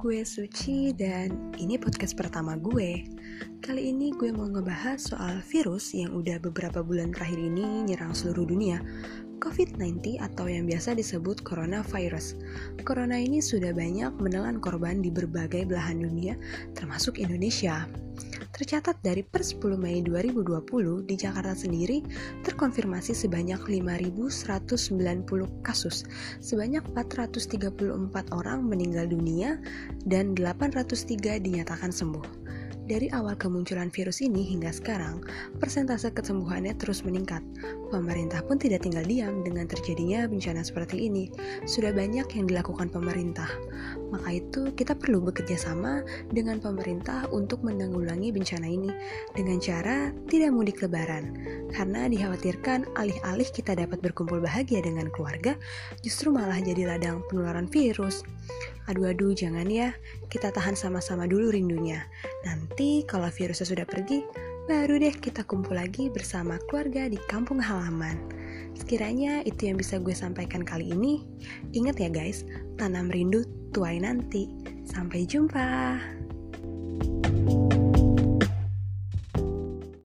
gue Suci dan ini podcast pertama gue. Kali ini gue mau ngebahas soal virus yang udah beberapa bulan terakhir ini nyerang seluruh dunia, COVID-19 atau yang biasa disebut coronavirus. Corona ini sudah banyak menelan korban di berbagai belahan dunia, termasuk Indonesia. Tercatat dari per 10 Mei 2020 di Jakarta sendiri terkonfirmasi sebanyak 5.190 kasus, sebanyak 434 orang meninggal dunia dan 803 dinyatakan sembuh. Dari awal kemunculan virus ini hingga sekarang, persentase kesembuhannya terus meningkat. Pemerintah pun tidak tinggal diam dengan terjadinya bencana seperti ini. Sudah banyak yang dilakukan pemerintah. Maka itu kita perlu bekerja sama dengan pemerintah untuk menanggulangi bencana ini dengan cara tidak mudik lebaran. Karena dikhawatirkan alih-alih kita dapat berkumpul bahagia dengan keluarga, justru malah jadi ladang penularan virus. Aduh, jangan ya, kita tahan sama-sama dulu rindunya. Nanti kalau virusnya sudah pergi, baru deh kita kumpul lagi bersama keluarga di kampung halaman. Sekiranya itu yang bisa gue sampaikan kali ini. Ingat ya guys, tanam rindu tuai nanti. Sampai jumpa.